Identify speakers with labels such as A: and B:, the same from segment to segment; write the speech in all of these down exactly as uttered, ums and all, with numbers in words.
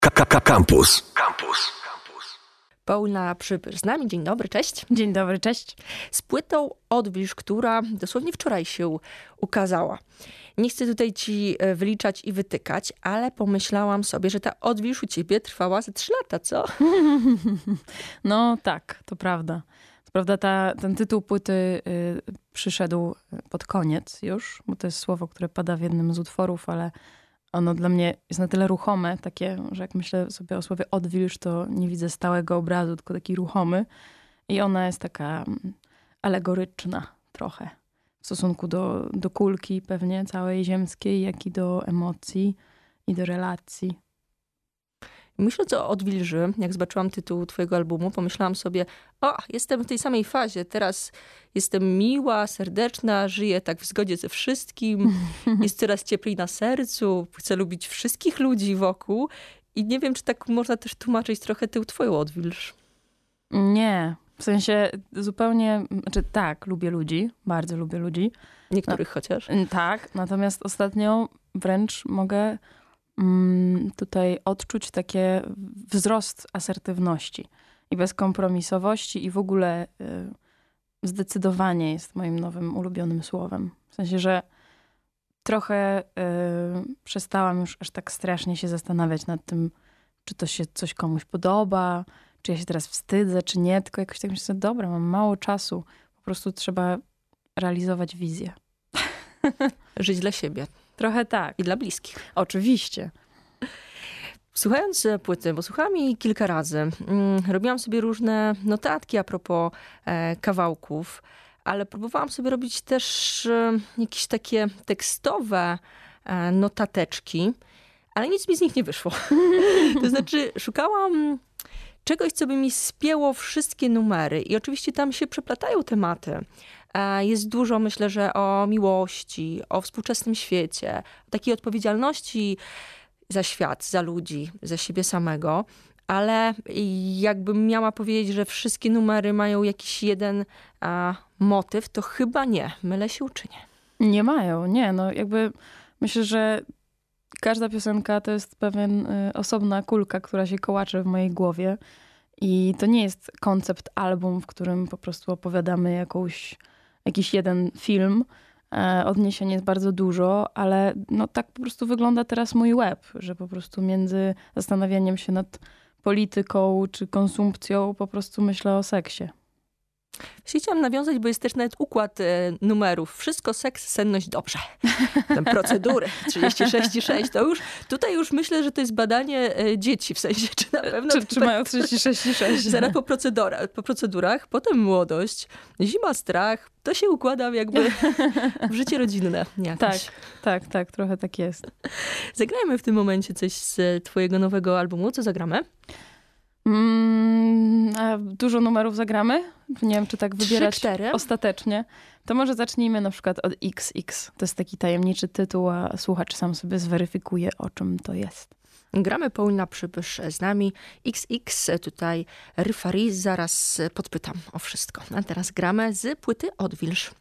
A: Campus. Campus.
B: Paulina Przybysz z nami. Dzień dobry, cześć.
C: Dzień dobry, cześć.
B: Z płytą Odwilż, która dosłownie wczoraj się ukazała. Nie chcę tutaj ci wyliczać i wytykać, ale pomyślałam sobie, że ta Odwilż u ciebie trwała ze trzy lata, co?
C: No tak, to prawda. To prawda, ta, ten tytuł płyty y, przyszedł pod koniec już, bo to jest słowo, które pada w jednym z utworów, ale ono dla mnie jest na tyle ruchome, takie, że jak myślę sobie o słowie odwilż, to nie widzę stałego obrazu, tylko taki ruchomy. I ona jest taka alegoryczna trochę w stosunku do, do kulki pewnie całej ziemskiej, jak i do emocji i do relacji.
B: Myśląc o Odwilży, jak zobaczyłam tytuł twojego albumu, pomyślałam sobie, o, jestem w tej samej fazie. Teraz jestem miła, serdeczna, żyję tak w zgodzie ze wszystkim. Jest coraz cieplej na sercu. Chcę lubić wszystkich ludzi wokół. I nie wiem, czy tak można też tłumaczyć trochę tę twoją Odwilż.
C: Nie. W sensie zupełnie, znaczy tak, lubię ludzi. Bardzo lubię ludzi.
B: Niektórych no, chociaż.
C: Tak. Natomiast ostatnio wręcz mogę tutaj odczuć takie wzrost asertywności i bezkompromisowości i w ogóle y, zdecydowanie jest moim nowym ulubionym słowem. W sensie, że trochę y, przestałam już aż tak strasznie się zastanawiać nad tym, czy to się coś komuś podoba, czy ja się teraz wstydzę, czy nie, tylko jakoś tak myślę, dobra, mam mało czasu, po prostu trzeba realizować wizję.
B: Żyć dla siebie.
C: Trochę tak.
B: I dla bliskich.
C: Oczywiście.
B: Słuchając płyty, bo słuchałam jej kilka razy, mm, robiłam sobie różne notatki a propos e, kawałków, ale próbowałam sobie robić też e, jakieś takie tekstowe e, notateczki, ale nic mi z nich nie wyszło. To znaczy szukałam czegoś, co by mi spięło wszystkie numery i oczywiście tam się przeplatają tematy. Jest dużo, myślę, że o miłości, o współczesnym świecie, o takiej odpowiedzialności za świat, za ludzi, za siebie samego, ale jakbym miała powiedzieć, że wszystkie numery mają jakiś jeden a, motyw, to chyba nie. Mylę się czy nie?
C: Nie mają, nie. No jakby myślę, że każda piosenka to jest pewien y, osobna kulka, która się kołacze w mojej głowie i to nie jest koncept album, w którym po prostu opowiadamy jakąś jakiś jeden film. E, odniesień jest bardzo dużo, ale no tak po prostu wygląda teraz mój web, że po prostu między zastanawianiem się nad polityką czy konsumpcją po prostu myślę o seksie.
B: Chciałam nawiązać, bo jest też nawet układ e, numerów. Wszystko, seks, senność, dobrze. Tam procedury trzydzieści sześć i sześć. To już, tutaj już myślę, że to jest badanie e, dzieci, w sensie, czy na pewno...
C: Czy, czy mają trzydzieści sześć i sześć?
B: Zaraz po, procedura, po procedurach, potem młodość, zima, strach. To się układa jakby w życie rodzinne. Jakoś.
C: Tak, tak, tak, trochę tak jest.
B: Zagrajmy w tym momencie coś z twojego nowego albumu. Co zagramy?
C: Mm, a dużo numerów zagramy? Nie wiem, czy tak wybierać
B: trzy, cztery.
C: Ostatecznie. To może zacznijmy na przykład od X X. To jest taki tajemniczy tytuł, a słuchacz sam sobie zweryfikuje, o czym to jest.
B: Gramy, Paulina Przybysz z nami. X X, tutaj Ryfari, zaraz podpytam o wszystko. A teraz gramy z płyty Odwilż.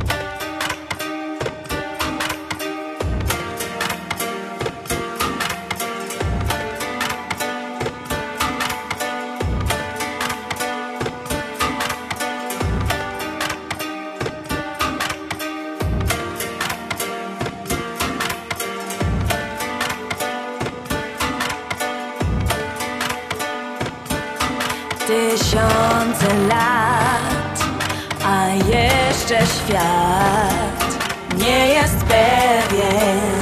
D: Tysiące lat, a jeszcze świat nie jest pewien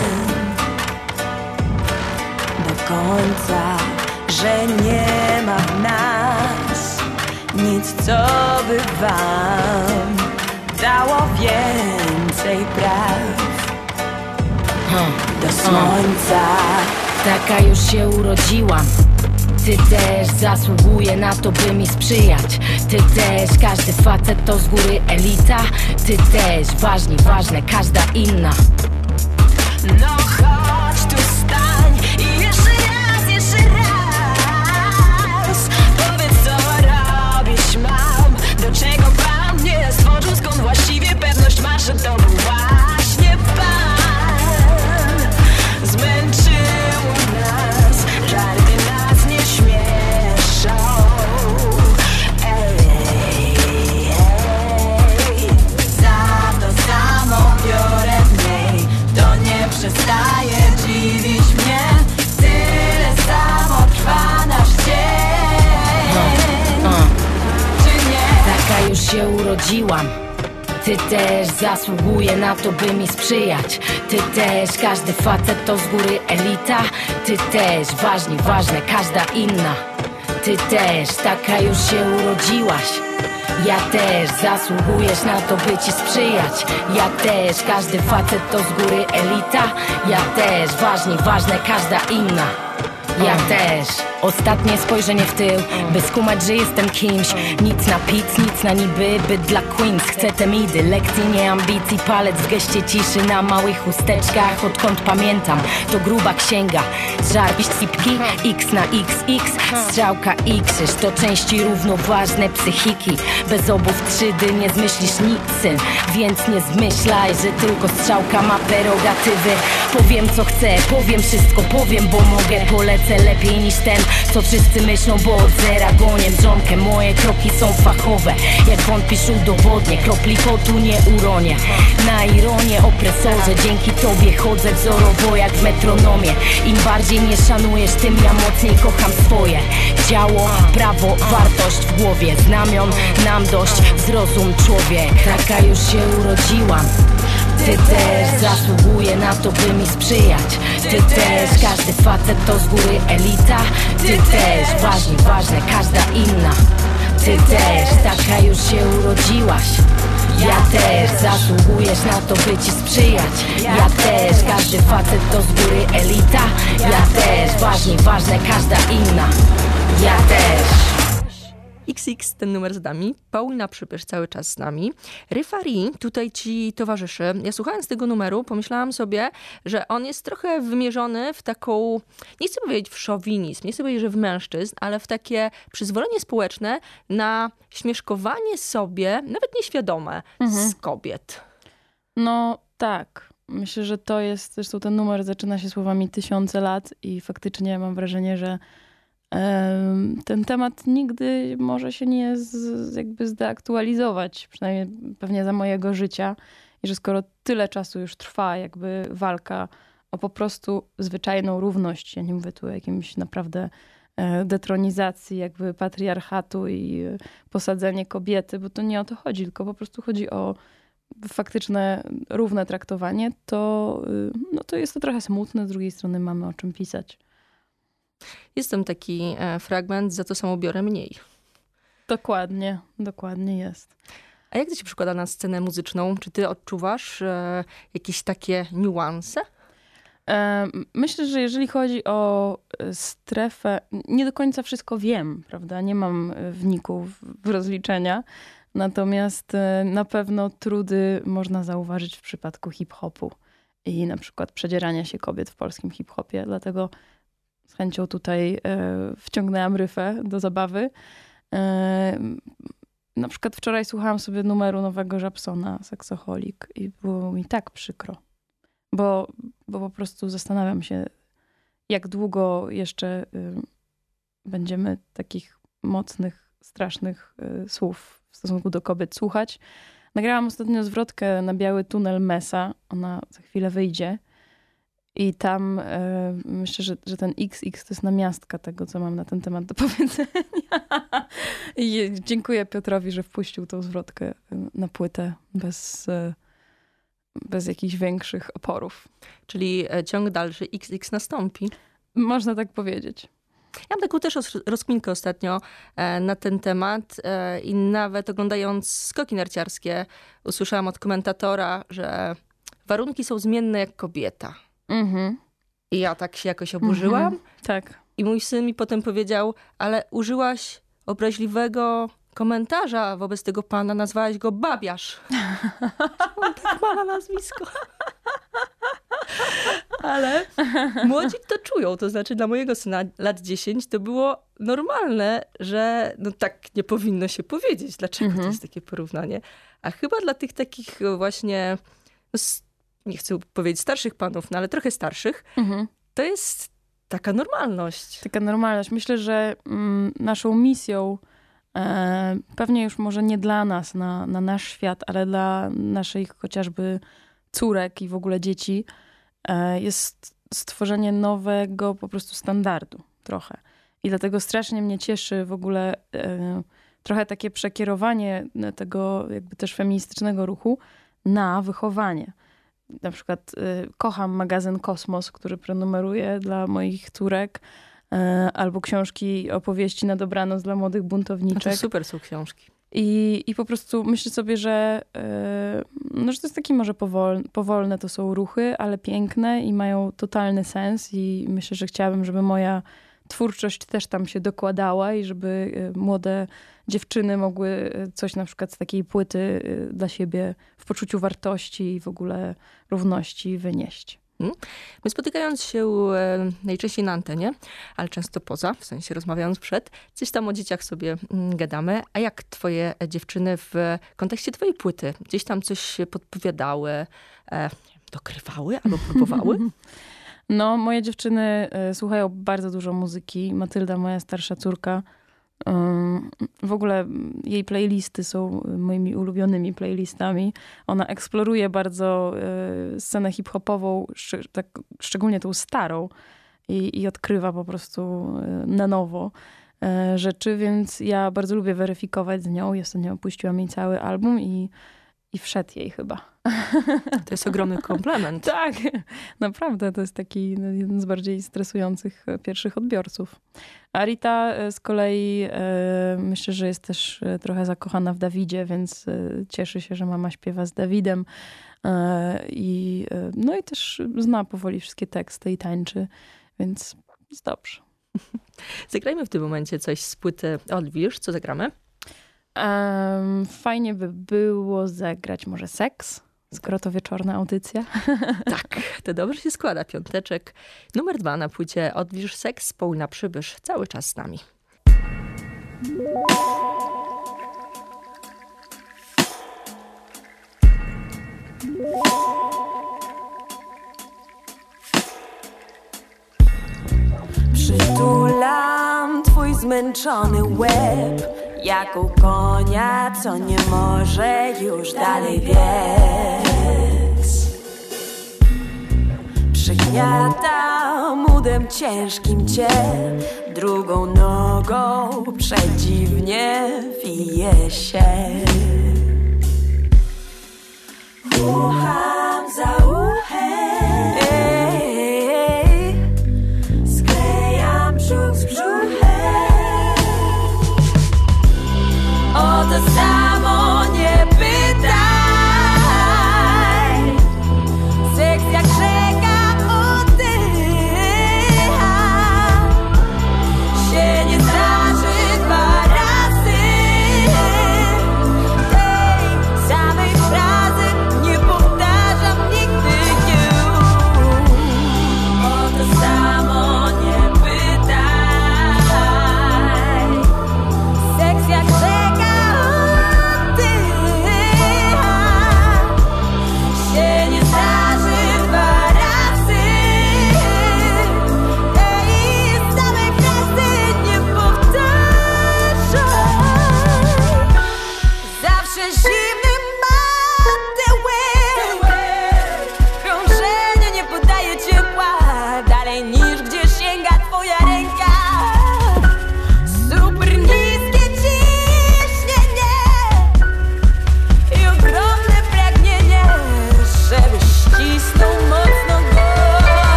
D: do końca, że nie ma w nas nic, co by wam dało więcej praw do słońca.
E: Taka już się urodziłam. Ty też zasługuje na to, by mi sprzyjać. Ty też, każdy facet to z góry elita. Ty też, ważni, ważne, każda inna.
D: No chodź tu, stań i jeszcze raz, jeszcze raz powiedz, co robić mam, do czego Pan mnie stworzył, skąd właściwie pewność masz, że to był właśnie Pan. Zmęczyło nas żarty na
E: urodziłam. Ty też zasługuje na to, by mi sprzyjać. Ty też, każdy facet to z góry elita. Ty też, ważni, ważne, każda inna. Ty też, taka już się urodziłaś. Ja też, zasługujesz na to, by ci sprzyjać. Ja też, każdy facet to z góry elita. Ja też, ważni, ważne, każda inna. Ja też. Ostatnie spojrzenie w tył, by skumać, że jestem kimś. Nic na pic, nic na niby, byt dla queens. Chcę te midy, lekcji, nie ambicji. Palec w geście ciszy na małych chusteczkach. Odkąd pamiętam, to gruba księga. Żarbić cipki, x na xx. Strzałka i krzyż, to części równoważne psychiki. Bez obów trzy D nie zmyślisz nic, syn. Więc nie zmyślaj, że tylko strzałka ma prerogatywy. Powiem co chcę, powiem wszystko, powiem bo mogę. Polecę lepiej niż ten, co wszyscy myślą, bo od zera gonię dżonkę. Moje kroki są fachowe, jak wątpisz udowodnię. Kropli potu nie uronię. Na ironię opresorze, dzięki tobie chodzę wzorowo jak w metronomie. Im bardziej mnie szanujesz, tym ja mocniej kocham swoje ciało, prawo, wartość w głowie. Znamion nam dość, zrozum człowiek. Taka już się urodziłam. Ty też zasługuje na to, by mi sprzyjać. Ty też, każdy facet to z góry elita. Ty też, ważni, ważne, każda inna. Ty też, taka już się urodziłaś. Ja też, zasługujesz na to, by ci sprzyjać. Ja też, każdy facet to z góry elita. Ja też, ważni, ważne, każda inna. Ja też.
B: iks iks, ten numer z nami. Paulina Przypysz cały czas z nami. Ryfari tutaj ci towarzyszy. Ja słuchając tego numeru pomyślałam sobie, że on jest trochę wymierzony w taką, nie chcę powiedzieć w szowinizm, nie chcę powiedzieć, że w mężczyzn, ale w takie przyzwolenie społeczne na śmieszkowanie sobie, nawet nieświadome, mhm. z kobiet.
C: No tak. Myślę, że to jest, zresztą ten numer zaczyna się słowami tysiące lat i faktycznie mam wrażenie, że ten temat nigdy może się nie z, jakby zdeaktualizować, przynajmniej pewnie za mojego życia. I że skoro tyle czasu już trwa jakby walka o po prostu zwyczajną równość, ja nie mówię tu o jakimś naprawdę detronizacji jakby patriarchatu i posadzenie kobiety, bo to nie o to chodzi, tylko po prostu chodzi o faktyczne, równe traktowanie, to, no to jest to trochę smutne, z drugiej strony mamy o czym pisać.
B: Jest tam taki e, fragment, za to samo biorę mniej.
C: Dokładnie, dokładnie jest.
B: A jak to się przekłada na scenę muzyczną? Czy ty odczuwasz e, jakieś takie niuanse?
C: E, myślę, że jeżeli chodzi o strefę, nie do końca wszystko wiem, prawda? Nie mam wników w rozliczenia. Natomiast e, na pewno trudy można zauważyć w przypadku hip-hopu i na przykład przedzierania się kobiet w polskim hip-hopie. Dlatego z chęcią tutaj e, wciągnęłam ryfę do zabawy. E, na przykład wczoraj słuchałam sobie numeru nowego Żabsona, Seksoholik, i było mi tak przykro. Bo, bo po prostu zastanawiam się, jak długo jeszcze y, będziemy takich mocnych, strasznych y, słów w stosunku do kobiet słuchać. Nagrałam ostatnio zwrotkę na Biały Tunel Mesa. Ona za chwilę wyjdzie. I tam y, myślę, że, że ten iks iks to jest namiastka tego, co mam na ten temat do powiedzenia. I dziękuję Piotrowi, że wpuścił tą zwrotkę na płytę bez, y, bez jakichś większych oporów.
B: Czyli ciąg dalszy iks iks nastąpi.
C: Można tak powiedzieć.
B: Ja mam taką też rozkminkę ostatnio na ten temat i nawet oglądając skoki narciarskie usłyszałam od komentatora, że warunki są zmienne jak kobieta. Mhm. I ja tak się jakoś oburzyłam.
C: Mhm. Tak.
B: I mój syn mi potem powiedział, ale użyłaś obraźliwego komentarza wobec tego pana, nazwałaś go babiarz. On tak ma na nazwisko. Ale młodzi to czują, to znaczy dla mojego syna lat dziesięć to było normalne, że no tak nie powinno się powiedzieć. Dlaczego mhm. to jest takie porównanie? A chyba dla tych takich właśnie, no, nie chcę powiedzieć starszych panów, no ale trochę starszych, mhm. to jest taka normalność.
C: Taka normalność. Myślę, że mm, naszą misją e, pewnie już może nie dla nas, na, na nasz świat, ale dla naszych chociażby córek i w ogóle dzieci, jest stworzenie nowego po prostu standardu trochę. I dlatego strasznie mnie cieszy w ogóle trochę takie przekierowanie tego jakby też feministycznego ruchu na wychowanie. Na przykład y, kocham magazyn Kosmos, który prenumeruję dla moich córek, y, albo książki, opowieści na dobranoc dla młodych buntowniczek.
B: No to super są książki.
C: I, I po prostu myślę sobie, że, yy, no, że to jest takie może powolne, powolne to są ruchy, ale piękne i mają totalny sens i myślę, że chciałabym, żeby moja twórczość też tam się dokładała i żeby yy, młode dziewczyny mogły coś na przykład z takiej płyty yy, dla siebie w poczuciu wartości i w ogóle równości wynieść.
B: My spotykając się e, najczęściej na antenie, ale często poza, w sensie rozmawiając przed, coś tam o dzieciach sobie mm, gadamy. A jak twoje dziewczyny w kontekście twojej płyty? Gdzieś tam coś podpowiadały, e, dokrywały albo próbowały?
C: No, moje dziewczyny y, słuchają bardzo dużo muzyki. Matylda, moja starsza córka, y, w ogóle jej playlisty są moimi ulubionymi playlistami. Ona eksploruje bardzo y, scenę hip-hopową, szcz- tak, szczególnie tą starą i, i odkrywa po prostu y, na nowo y, rzeczy, więc ja bardzo lubię weryfikować z nią. I ostatnio opuściłam jej cały album i I wszedł jej chyba.
B: To jest ogromny komplement.
C: Tak, naprawdę. To jest taki jeden z bardziej stresujących pierwszych odbiorców. A Rita z kolei e, myślę, że jest też trochę zakochana w Dawidzie, więc e, cieszy się, że mama śpiewa z Dawidem. E, i, e, no i też zna powoli wszystkie teksty i tańczy, więc jest dobrze.
B: Zagrajmy w tym momencie coś z płyty Odwilż. Co zagramy?
C: Um, fajnie by było zagrać może Seks, skoro to wieczorna audycja.
B: Tak, to dobrze się składa. Piąteczek numer dwa na płycie Odwilż, Seks, Paulina Przybysz cały czas z nami.
D: Przytulam twój zmęczony łeb, jak u konia, co nie może już dalej biec. Przygniatam udem ciężkim cię, drugą nogą przedziwnie wije się. Ucham za uchem, sklejam brzuch z brzuchem. O to samo nie pytaj. Seks jak rzeka oddycha, się nie zdarzy dwa razy. Tej samej frazy nie powtarzam nigdy już. O to samo nie pytaj. Seks jak rzeka.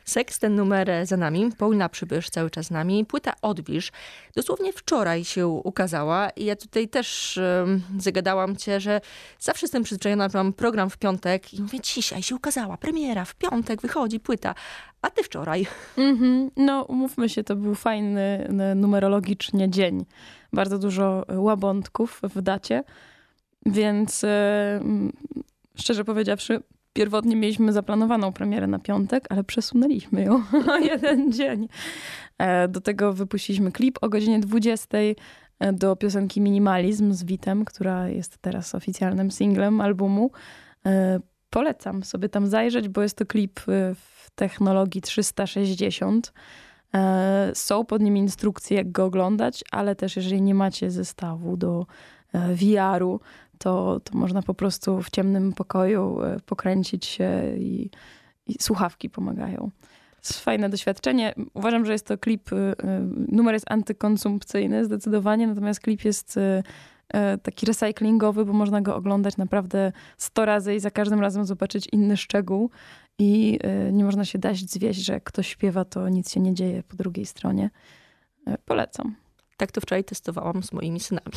B: Seks, ten numer za nami. Paulina Przybysz cały czas z nami. Płyta Odbliż dosłownie wczoraj się ukazała i ja tutaj też um, zagadałam cię, że zawsze jestem przyzwyczajona, że mam program w piątek i mówię, dzisiaj się ukazała premiera, w piątek wychodzi płyta, a ty wczoraj.
C: Mm-hmm. No umówmy się, to był fajny numerologicznie dzień. Bardzo dużo łabądków w dacie, więc e, szczerze powiedziawszy, pierwotnie mieliśmy zaplanowaną premierę na piątek, ale przesunęliśmy ją o jeden dzień. Do tego wypuściliśmy klip o godzinie dwudziestej do piosenki Minimalizm z Witem, która jest teraz oficjalnym singlem albumu. Polecam sobie tam zajrzeć, bo jest to klip w technologii trzysta sześćdziesiąt. Są pod nim instrukcje, jak go oglądać, ale też jeżeli nie macie zestawu do V R-u, to, to można po prostu w ciemnym pokoju pokręcić się i, i słuchawki pomagają. To jest fajne doświadczenie. Uważam, że jest to klip, numer jest antykonsumpcyjny zdecydowanie, natomiast klip jest taki recyklingowy, bo można go oglądać naprawdę sto razy i za każdym razem zobaczyć inny szczegół i nie można się dać zwieść, że jak ktoś śpiewa, to nic się nie dzieje po drugiej stronie. Polecam.
B: Tak to wczoraj testowałam z moimi synami.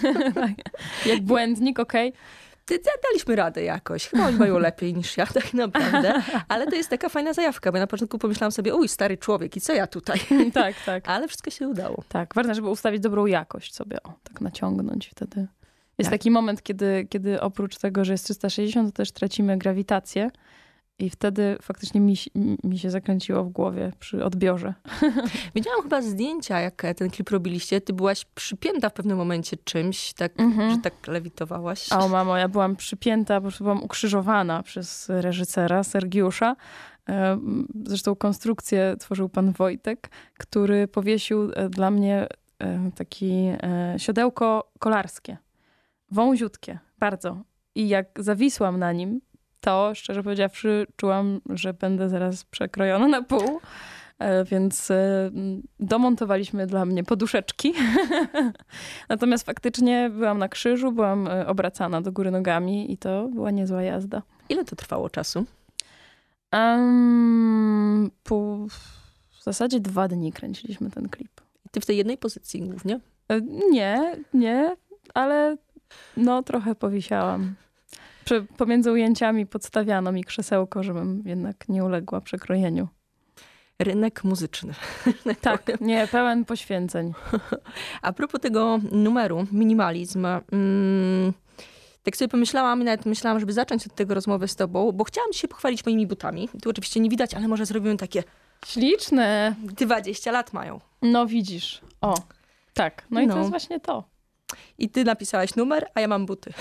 C: Jak błędnik, okej.
B: Okay. Daliśmy radę jakoś. Chyba oni mają lepiej niż ja, tak naprawdę. Ale to jest taka fajna zajawka, bo na początku pomyślałam sobie, uj, stary człowiek i co ja tutaj?
C: Tak, tak.
B: Ale wszystko się udało.
C: Tak, ważne, żeby ustawić dobrą jakość sobie, o, tak naciągnąć wtedy. Jest
B: tak.
C: taki moment, kiedy, kiedy oprócz tego, że jest trzysta sześćdziesiąt, to też tracimy grawitację. I wtedy faktycznie mi, mi się zakręciło w głowie przy odbiorze.
B: Widziałam chyba zdjęcia, jak ten klip robiliście. Ty byłaś przypięta w pewnym momencie czymś, tak,
C: Mhm.
B: że tak lewitowałaś.
C: O mamo, ja byłam przypięta, po prostu byłam ukrzyżowana przez reżysera Sergiusza. Zresztą konstrukcję tworzył pan Wojtek, który powiesił dla mnie taki siodełko kolarskie. Wąziutkie, bardzo. I jak zawisłam na nim, to szczerze powiedziawszy czułam, że będę zaraz przekrojona na pół. Więc domontowaliśmy dla mnie poduszeczki. Natomiast faktycznie byłam na krzyżu, byłam obracana do góry nogami i to była niezła jazda.
B: Ile to trwało czasu?
C: Um, po, w zasadzie dwa dni kręciliśmy ten klip.
B: I ty w tej jednej pozycji głównie?
C: Nie, nie, ale no trochę powisiałam. Przy, pomiędzy ujęciami podstawiano mi krzesełko, żebym jednak nie uległa przekrojeniu.
B: Rynek muzyczny.
C: Tak, nie, pełen poświęceń.
B: A propos tego numeru, Minimalizm, mm, tak sobie pomyślałam i nawet myślałam, żeby zacząć od tego rozmowę z tobą, bo chciałam się pochwalić moimi butami. Tu oczywiście nie widać, ale może zrobimy takie...
C: Śliczne.
B: dwadzieścia lat mają.
C: No widzisz. O, tak. No i
B: No.
C: to jest właśnie to.
B: I ty napisałaś numer, a ja mam buty.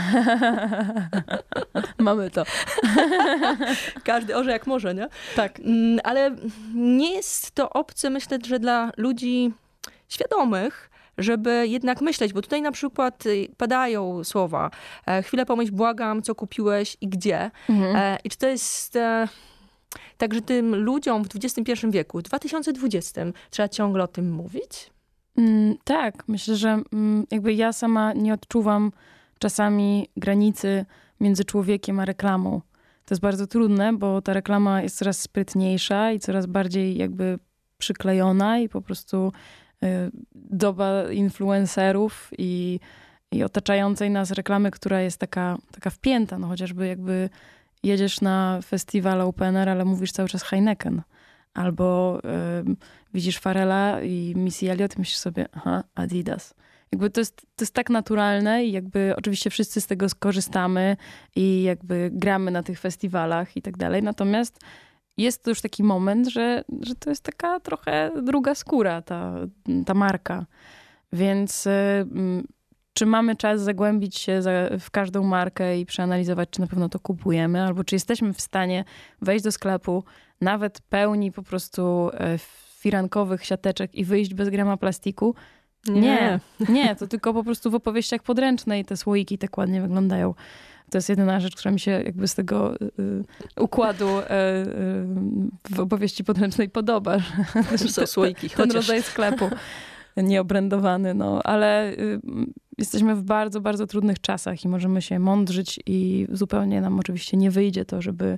C: Mamy to.
B: Każdy orze jak może, nie?
C: Tak.
B: Mm, Ale nie jest to obce, myślę, że dla ludzi świadomych, żeby jednak myśleć, bo tutaj na przykład padają słowa e, chwilę pomyśl, błagam, co kupiłeś i gdzie.
C: Mhm.
B: E, I czy to jest e, tak, że tym ludziom w dwudziestym pierwszym wieku, w dwa tysiące dwudziestym trzeba ciągle o tym mówić?
C: Mm, tak, myślę, że mm, jakby ja sama nie odczuwam czasami granicy między człowiekiem a reklamą. To jest bardzo trudne, bo ta reklama jest coraz sprytniejsza i coraz bardziej jakby przyklejona i po prostu y, doba influencerów i, i otaczającej nas reklamy, która jest taka, taka wpięta, no chociażby jakby jedziesz na festiwal open air, ale mówisz cały czas Heineken. Albo y, widzisz Pharrella i Missy Elliott i myślisz sobie, aha, Adidas. Jakby to jest, to jest tak naturalne i jakby oczywiście wszyscy z tego skorzystamy i jakby gramy na tych festiwalach i tak dalej. Natomiast jest to już taki moment, że, że to jest taka trochę druga skóra, ta, ta marka. Więc y, czy mamy czas zagłębić się za, w każdą markę i przeanalizować, czy na pewno to kupujemy, albo czy jesteśmy w stanie wejść do sklepu, nawet pełni po prostu firankowych siateczek i wyjść bez grama plastiku? Nie, nie, nie, to tylko po prostu w opowieściach podręcznej te słoiki tak ładnie wyglądają. To jest jedyna rzecz, która mi się jakby z tego y, układu y, y, w opowieści podręcznej podoba.
B: Że są słoiki,
C: ten
B: chociaż.
C: rodzaj sklepu nieobrędowany, no, ale y, jesteśmy w bardzo, bardzo trudnych czasach i możemy się mądrzyć i zupełnie nam oczywiście nie wyjdzie to, żeby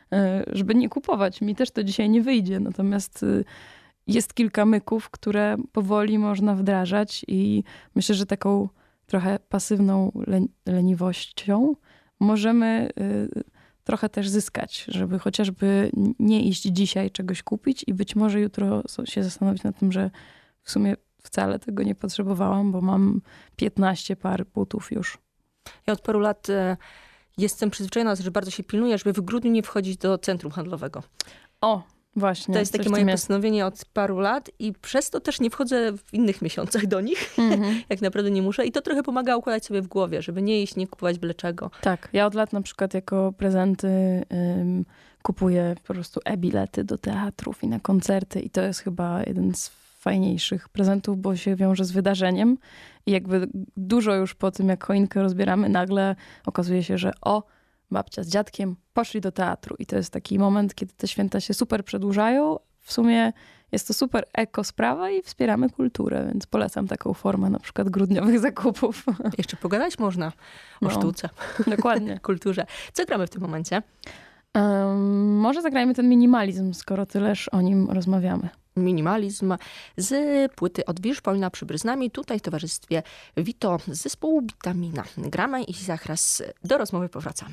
C: żeby nie kupować. Mi też to dzisiaj nie wyjdzie, natomiast jest kilka myków, które powoli można wdrażać i myślę, że taką trochę pasywną leniwością możemy trochę też zyskać, żeby chociażby nie iść dzisiaj czegoś kupić i być może jutro się zastanowić nad tym, że w sumie wcale tego nie potrzebowałam, bo mam piętnaście par butów już.
B: Ja od paru lat e, jestem przyzwyczajona, że bardzo się pilnuję, żeby w grudniu nie wchodzić do centrum handlowego.
C: O, właśnie.
B: To jest takie moje postanowienie od paru lat i przez to też nie wchodzę w innych miesiącach do nich, mm-hmm. jak naprawdę nie muszę. I to trochę pomaga układać sobie w głowie, żeby nie iść, nie kupować byle czego.
C: Tak, ja od lat na przykład jako prezenty ym, kupuję po prostu e-bilety do teatrów i na koncerty i to jest chyba jeden z fajniejszych prezentów, bo się wiąże z wydarzeniem i jakby dużo już po tym, jak choinkę rozbieramy, nagle okazuje się, że o, babcia z dziadkiem poszli do teatru i to jest taki moment, kiedy te święta się super przedłużają. W sumie jest to super eko sprawa i wspieramy kulturę, więc polecam taką formę na przykład grudniowych zakupów.
B: Jeszcze pogadać można o
C: no,
B: sztuce.
C: Dokładnie.
B: Kulturze. Co gramy w tym momencie?
C: Um, może zagrajmy ten minimalizm, skoro tyleż o nim rozmawiamy.
B: Minimalizm z płyty Odwilż Paulina Przybryznami. Tutaj w towarzystwie Vito z zespołu Bitamina. Gramy i zaraz do rozmowy powracamy.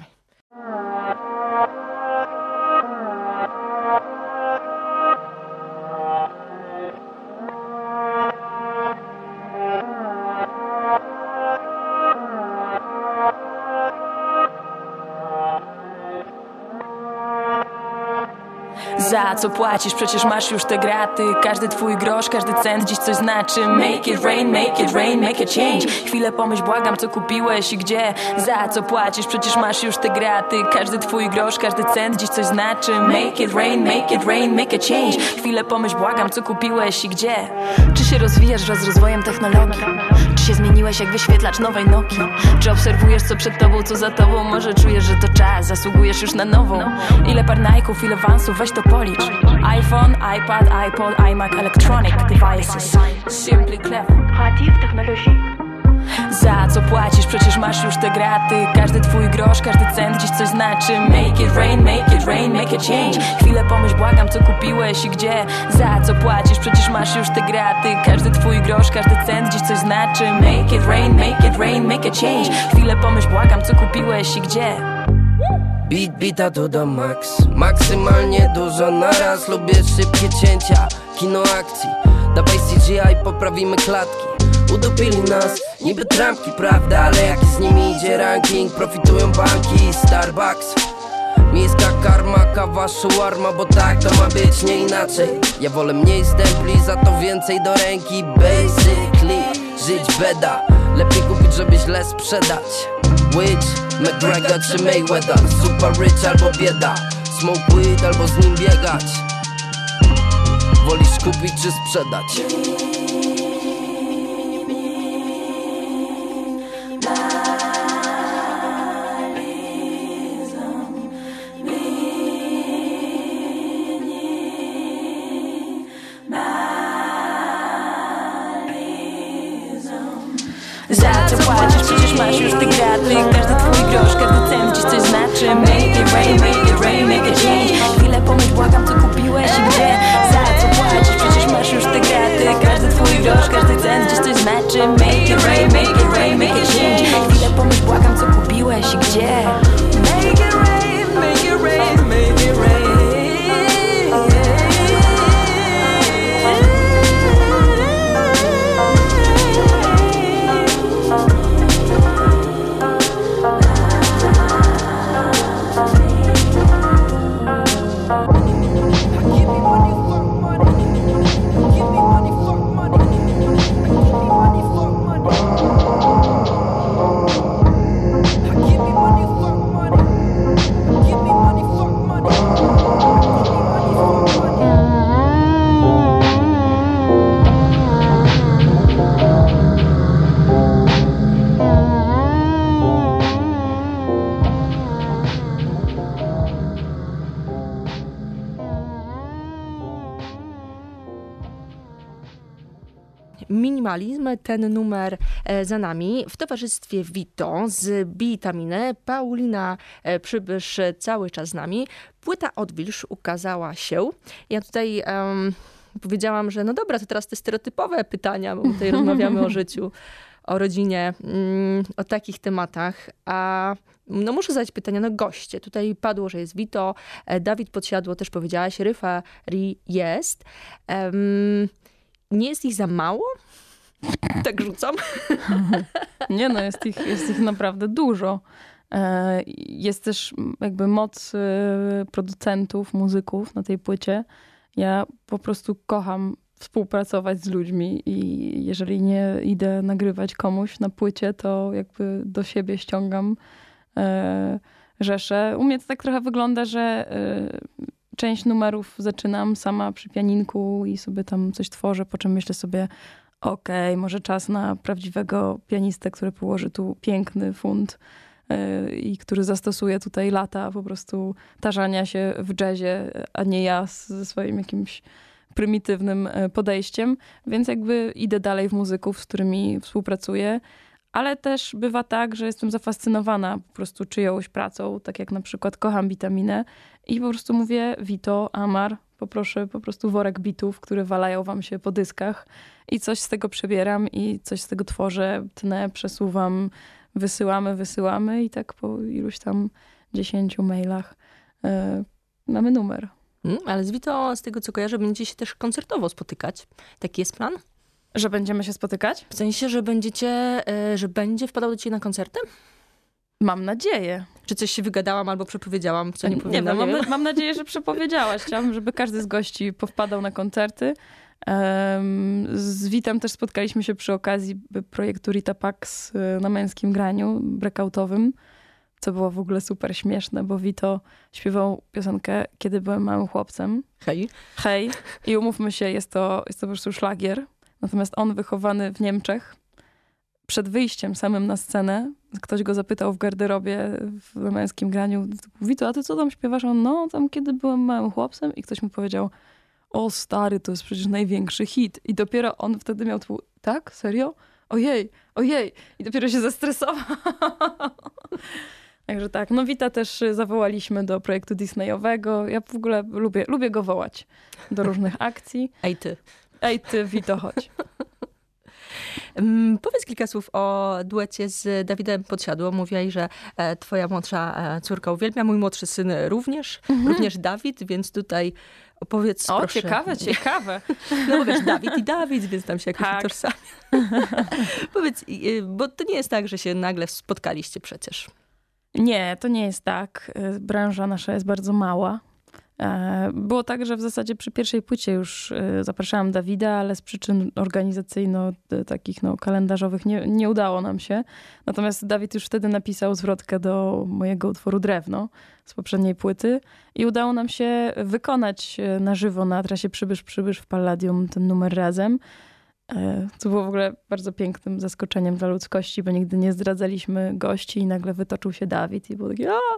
D: Za co płacisz? Przecież masz już te graty. Każdy twój grosz, każdy cent dziś coś znaczy. Make it rain, make it rain, make it change. Chwilę pomyśl, błagam, co kupiłeś i gdzie. Za co płacisz? Przecież masz już te graty. Każdy twój grosz, każdy cent dziś coś znaczy. Make it rain, make it rain, make it change. Chwilę pomyśl, błagam, co kupiłeś i gdzie. Czy się rozwijasz wraz z rozwojem technologii? Czy się zmieniłeś jak wyświetlacz nowej Nokii? Czy obserwujesz co przed tobą, co za tobą? Może czujesz, że to czas, zasługujesz już na nową. Ile par Nike'ów, ile Vansów, weź to policz. iPhone, iPad, iPod, iMac, electronic devices. Simply clever.
A: Kreativ technologie.
D: Za co płacisz? Przecież masz już te graty. Każdy twój grosz, każdy cent dziś coś znaczy. Make it rain, make it rain, make it change. Chwilę pomyśl, błagam, co kupiłeś i gdzie. Za co płacisz? Przecież masz już te graty. Każdy twój grosz, każdy cent dziś coś znaczy. Make it rain, make it rain, make it change. Chwilę pomyśl, błagam, co kupiłeś i gdzie.
F: Beat, beata to do max. Maksymalnie dużo naraz. Lubię szybkie cięcia, kino akcji. Dawaj C G I, poprawimy klatki. Udupili nas, niby trampki, prawda? Ale jaki z nimi idzie ranking? Profitują banki, Starbucks. Miejska karma, kawa, shawarma, bo tak to ma być, nie inaczej. Ja wolę mniej stempli, za to więcej do ręki. Basically, żyć beda. Lepiej kupić, żeby źle sprzedać. Witch, McGregor czy Mayweather. Super rich albo bieda. Smoke weed albo z nim biegać. Wolisz kupić czy sprzedać?
D: Za co płacisz? Przecież masz już te graty. Każdy twój grosz, każdy cent dziś coś znaczy. Make it rain, make it rain, make it change. Chwilę pomyśl, błagam, co kupiłeś i gdzie. Za co płacisz? Przecież masz już te graty. Każdy twój grosz, każdy cent dziś coś znaczy. Make it rain, make it rain, make it change. Chwilę pomyśl, błagam, co kupiłeś i gdzie. Make it rain, make it rain, make it rain.
F: Minimalist.
B: Minimalizm, ten numer za nami. W towarzystwie Vito z Bitaminy, Paulina Przybysz cały czas z nami. Płyta Odwilż ukazała się. Ja tutaj um, powiedziałam, że no dobra, to teraz te stereotypowe pytania, bo tutaj rozmawiamy o życiu, o rodzinie, um, o takich tematach. A no muszę zadać pytania, no goście. Tutaj padło, że jest Vito, Dawid Podsiadło też powiedziałaś, Ryfa Ri jest. Um, nie jest ich za mało? Tak rzucam.
C: Nie no, jest ich, jest ich naprawdę dużo. Jest też jakby moc producentów, muzyków na tej płycie. Ja po prostu kocham współpracować z ludźmi i jeżeli nie idę nagrywać komuś na płycie, to jakby do siebie ściągam rzeszę. U mnie to tak trochę wygląda, że część numerów zaczynam sama przy pianinku i sobie tam coś tworzę, po czym myślę sobie, okej, okay, może czas na prawdziwego pianistę, który położy tu piękny fund yy, i który zastosuje tutaj lata po prostu tarzania się w jazzie, a nie ja ze swoim jakimś prymitywnym podejściem. Więc jakby idę dalej w muzyków, z którymi współpracuję. Ale też bywa tak, że jestem zafascynowana po prostu czyjąś pracą, tak jak na przykład kocham Bitaminę i po prostu mówię, Vito, Amar, poproszę po prostu worek bitów, które walają wam się po dyskach i coś z tego przebieram i coś z tego tworzę, tnę, przesuwam, wysyłamy, wysyłamy i tak po iluś tam dziesięciu mailach yy, mamy numer.
B: Hmm, ale z Vito, z tego co kojarzę, będziecie się też koncertowo spotykać. Taki jest plan?
C: Że będziemy się spotykać?
B: W sensie, że będziecie, że będzie wpadał do ciebie na koncerty?
C: Mam nadzieję.
B: Czy coś się wygadałam albo przepowiedziałam, co nie powiem?
C: Nie, no, mam, mam nadzieję, że przepowiedziałaś. Chciałam, żeby każdy z gości powpadał na koncerty. Um, z Witem też spotkaliśmy się przy okazji projektu Rita Pax na Męskim Graniu, breakoutowym, co było w ogóle super śmieszne, bo Vito śpiewał piosenkę Kiedy byłem małym chłopcem.
B: Hej.
C: Hej. I umówmy się, jest to, jest to po prostu szlagier. Natomiast on wychowany w Niemczech, przed wyjściem samym na scenę, ktoś go zapytał w garderobie w Męskim Graniu, Vito, a ty co tam śpiewasz? On, no, tam kiedy byłem małym chłopcem i ktoś mu powiedział, o stary, to jest przecież największy hit. I dopiero on wtedy miał tu, tak? Serio? Ojej, ojej. I dopiero się zestresował. Także tak, no Vita też zawołaliśmy do projektu Disneyowego. Ja w ogóle lubię, lubię go wołać do różnych akcji.
B: Ej ty.
C: Ej ty, Vito, chodź.
B: Um, powiedz kilka słów o duecie z Dawidem Podsiadło. Mówiłaś, że e, twoja młodsza e, córka uwielbia, mój młodszy syn również, mhm. również Dawid, więc tutaj opowiedz
C: o,
B: proszę.
C: O, ciekawe, ciekawe.
B: No bo wiesz, Dawid i Dawid, więc tam się jakoś
C: tak.
B: utożsamia. Powiedz, bo to nie jest tak, że się nagle spotkaliście przecież.
C: Nie, to nie jest tak. Branża nasza jest bardzo mała. Było tak, że w zasadzie przy pierwszej płycie już zapraszałam Dawida, ale z przyczyn organizacyjno takich no, kalendarzowych nie, nie udało nam się. Natomiast Dawid już wtedy napisał zwrotkę do mojego utworu Drewno z poprzedniej płyty i udało nam się wykonać na żywo na trasie Przybysz, Przybysz w Palladium ten numer razem. Co było w ogóle bardzo pięknym zaskoczeniem dla ludzkości, bo nigdy nie zdradzaliśmy gości i nagle wytoczył się Dawid i było takie aaa!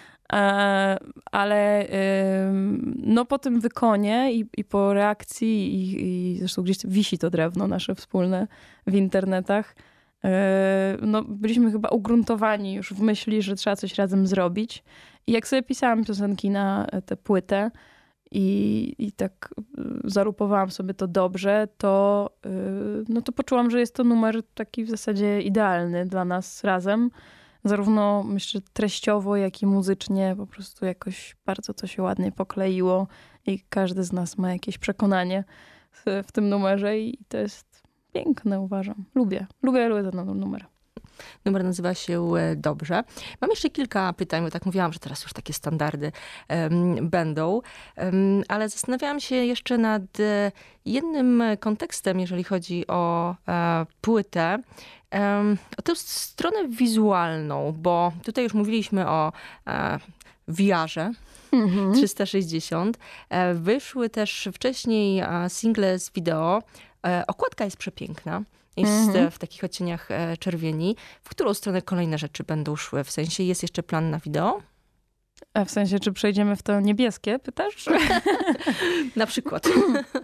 C: Ale no po tym wykonie i, i po reakcji i, i zresztą gdzieś wisi to drewno nasze wspólne w internetach, no byliśmy chyba ugruntowani już w myśli, że trzeba coś razem zrobić. I jak sobie pisałam piosenki na tę płytę i, i tak zarupowałam sobie to dobrze, to, no to poczułam, że jest to numer taki w zasadzie idealny dla nas razem. Zarówno myślę treściowo, jak i muzycznie po prostu jakoś bardzo to się ładnie pokleiło i każdy z nas ma jakieś przekonanie w, w tym numerze i to jest piękne, uważam. Lubię, lubię, lubię ten numer.
B: Numer nazywa się Dobrze. Mam jeszcze kilka pytań, bo tak mówiłam, że teraz już takie standardy um, będą, um, ale zastanawiałam się jeszcze nad jednym kontekstem, jeżeli chodzi o e, płytę, um, o tę stronę wizualną, bo tutaj już mówiliśmy o e, V R-ze mhm. trzysta sześćdziesiąt. E, wyszły też wcześniej single z wideo. E, okładka jest przepiękna. Jest mhm. w takich odcieniach czerwieni. W którą stronę kolejne rzeczy będą szły? W sensie jest jeszcze plan na wideo?
C: A w sensie, czy przejdziemy w to niebieskie, pytasz?
B: Na przykład.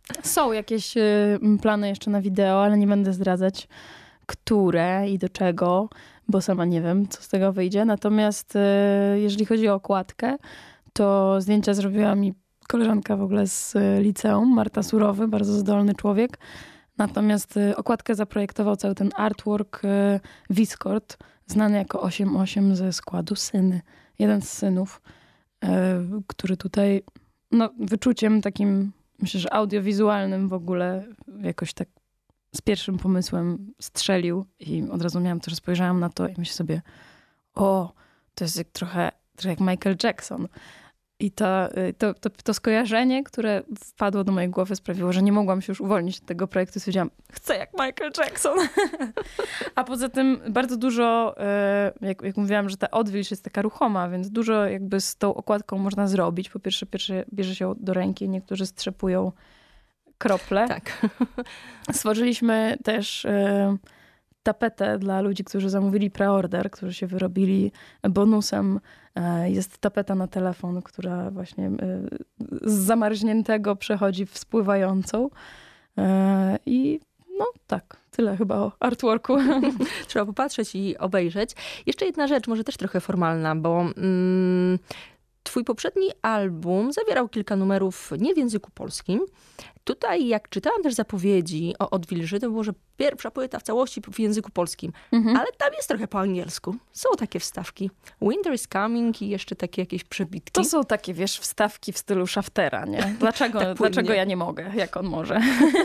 C: Są jakieś y, plany jeszcze na wideo, ale nie będę zdradzać, które i do czego, bo sama nie wiem, co z tego wyjdzie. Natomiast y, jeżeli chodzi o okładkę, to zdjęcia zrobiła mi koleżanka w ogóle z liceum, Marta Surowy, bardzo zdolny człowiek. Natomiast y, okładkę zaprojektował cały ten artwork y, Viscord, znany jako osiem osiem ze składu Syny. Jeden z synów, y, który tutaj no, wyczuciem takim, myślę, że audiowizualnym w ogóle jakoś tak z pierwszym pomysłem strzelił i od razu miałam też, spojrzałam na to i myślę sobie, o, to jest jak trochę, trochę jak Michael Jackson. I to, to, to, to skojarzenie, które wpadło do mojej głowy, sprawiło, że nie mogłam się już uwolnić od tego projektu i stwierdziłam, chcę jak Michael Jackson. A poza tym bardzo dużo, jak, jak mówiłam, że ta odwilż jest taka ruchoma, więc dużo jakby z tą okładką można zrobić. Po pierwsze, pierwsze bierze się do ręki, niektórzy strzepują krople.
B: Tak.
C: Stworzyliśmy też tapetę dla ludzi, którzy zamówili preorder, którzy się wyrobili bonusem. Jest tapeta na telefon, która właśnie z zamarzniętego przechodzi w spływającą. I no tak, tyle chyba o artworku.
B: Trzeba popatrzeć i obejrzeć. Jeszcze jedna rzecz, może też trochę formalna, bo mm, twój poprzedni album zawierał kilka numerów nie w języku polskim. Tutaj, jak czytałam też zapowiedzi o Odwilży, to było, że pierwsza płyta w całości w języku polskim. Mhm. Ale tam jest trochę po angielsku. Są takie wstawki. Winter is coming i jeszcze takie jakieś przebitki.
C: To są takie, wiesz, wstawki w stylu Shaftera, nie? Dlaczego, tak dlaczego ja nie mogę, jak on może?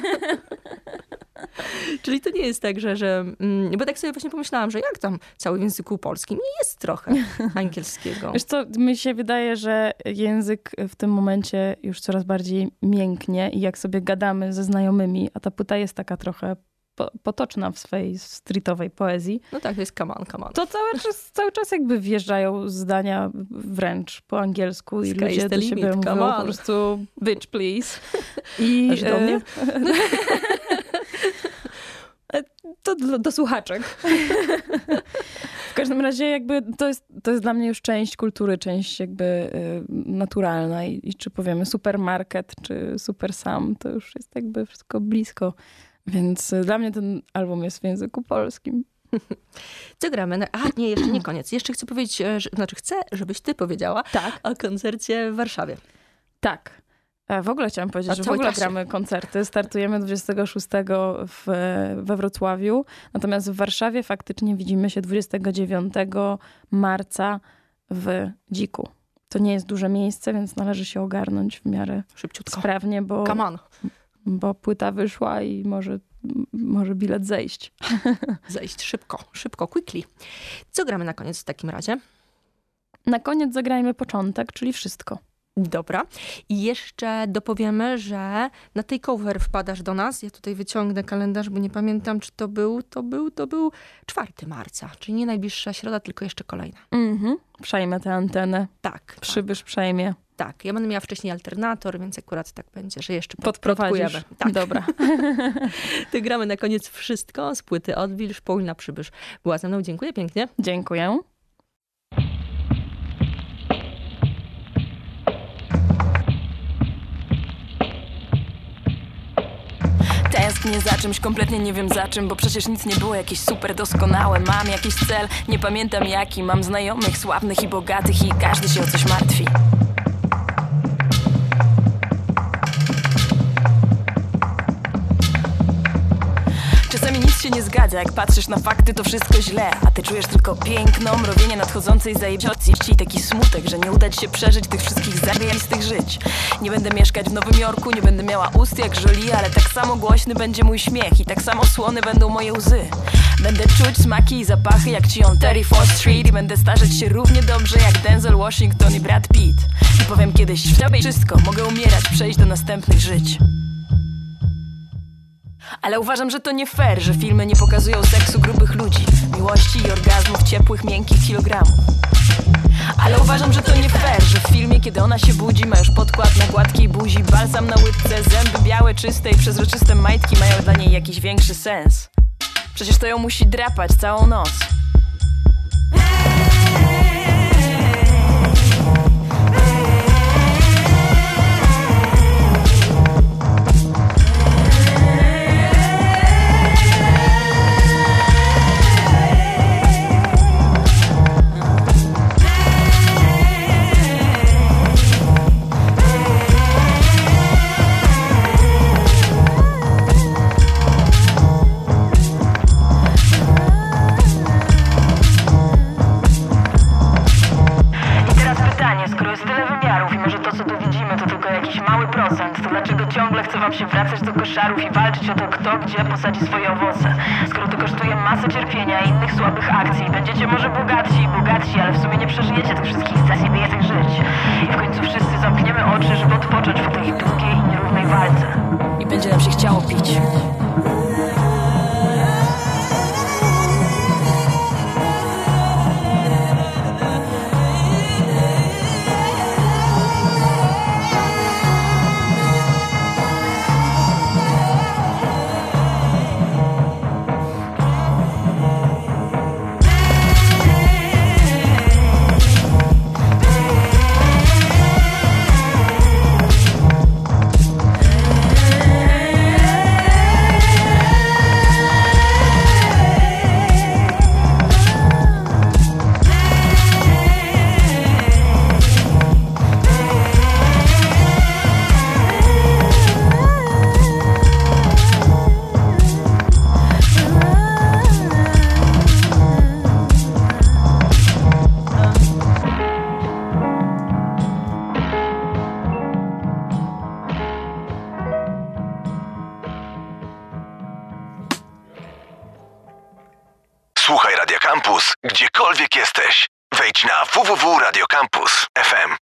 B: Czyli to nie jest tak, że, że... Bo tak sobie właśnie pomyślałam, że jak tam cały w języku polskim? Nie jest trochę angielskiego.
C: Wiesz co, mi się wydaje, że język w tym momencie już coraz bardziej mięknie i jak sobie gadamy ze znajomymi, a ta płyta jest taka trochę po, potoczna w swojej streetowej poezji.
B: No tak, to jest come on, come on.
C: To cały czas, cały czas jakby wjeżdżają zdania wręcz po angielsku i Sky ludzie do siebie limit, mówią po prostu bitch please. I,
B: Aż do mnie?
C: To do, do słuchaczek. W każdym razie jakby to jest, to jest dla mnie już część kultury, część jakby y, naturalna i, i czy powiemy supermarket, czy super sam, to już jest jakby wszystko blisko. Więc y, dla mnie ten album jest w języku polskim.
B: Co gramy? A nie, jeszcze nie koniec. Jeszcze chcę powiedzieć, że, znaczy chcę, żebyś ty powiedziała tak. o koncercie w Warszawie.
C: Tak. W ogóle chciałam powiedzieć, A że w ogóle klasie. gramy koncerty. Startujemy dwudziestego szóstego w, we Wrocławiu. Natomiast w Warszawie faktycznie widzimy się dwudziestego dziewiątego marca w Dziku. To nie jest duże miejsce, więc należy się ogarnąć w miarę
B: szybciutko,
C: sprawnie, bo,
B: Come on.
C: bo płyta wyszła i może, może bilet zejść.
B: Zejść szybko, szybko, quickly. Co gramy na koniec w takim razie?
C: Na koniec zagrajmy początek, czyli wszystko.
B: Dobra. I jeszcze dopowiemy, że na tej cover wpadasz do nas. Ja tutaj wyciągnę kalendarz, bo nie pamiętam, czy to był, to był, to był czwartego marca, czyli nie najbliższa środa, tylko jeszcze kolejna.
C: Mhm. Przejmę tę antenę.
B: Tak.
C: Przybysz tak. przejmie.
B: Tak. Ja będę miała wcześniej alternator, więc akurat tak będzie, że jeszcze
C: podprowadzisz.
B: Tak.
C: Dobra.
B: To gramy na koniec wszystko z płyty Odwilż, Paulina Przybysz była ze mną. Dziękuję pięknie.
C: Dziękuję.
D: Tęsknię za czymś, kompletnie nie wiem za czym, bo przecież nic nie było jakieś super doskonałe. Mam jakiś cel, nie pamiętam jaki. Mam znajomych, sławnych i bogatych i każdy się o coś martwi. Czasami nic się nie zgadza, jak patrzysz na fakty, to wszystko źle. A ty czujesz tylko piękno, mrowienie nadchodzącej zajebiotności i taki smutek, że nie uda ci się przeżyć tych wszystkich zajebistych żyć. Nie będę mieszkać w Nowym Jorku, nie będę miała ust jak Jolie, ale tak samo głośny będzie mój śmiech i tak samo słone będą moje łzy. Będę czuć smaki i zapachy jak ci on trzydziesty czwarty Street i będę starzeć się równie dobrze jak Denzel Washington i Brad Pitt. I powiem kiedyś w tobie wszystko, mogę umierać, przejść do następnych żyć. Ale uważam, że to nie fair, że filmy nie pokazują seksu grubych ludzi, miłości i orgazmów ciepłych, miękkich kilogramów. Ale uważam, że to nie fair, że w filmie, kiedy ona się budzi, ma już podkład na gładkiej buzi, balsam na łydce, zęby białe, czyste i przezroczyste majtki mają dla niej jakiś większy sens. Przecież to ją musi drapać całą noc. procent. To dlaczego ciągle chce wam się wracać do koszarów i walczyć o to, kto gdzie posadzi swoje owoce? Skoro to kosztuje masę cierpienia i innych słabych akcji, będziecie może bogatsi i bogatsi, ale w sumie nie przeżyjecie tych wszystkich zajebiecych żyć. I w końcu wszyscy zamkniemy oczy, żeby odpocząć po tej długiej i nierównej walce.
E: I będzie nam się chciało pić.
A: Słuchaj Radio Campus, gdziekolwiek jesteś. Wejdź na w w w kropka radio campus kropka f m.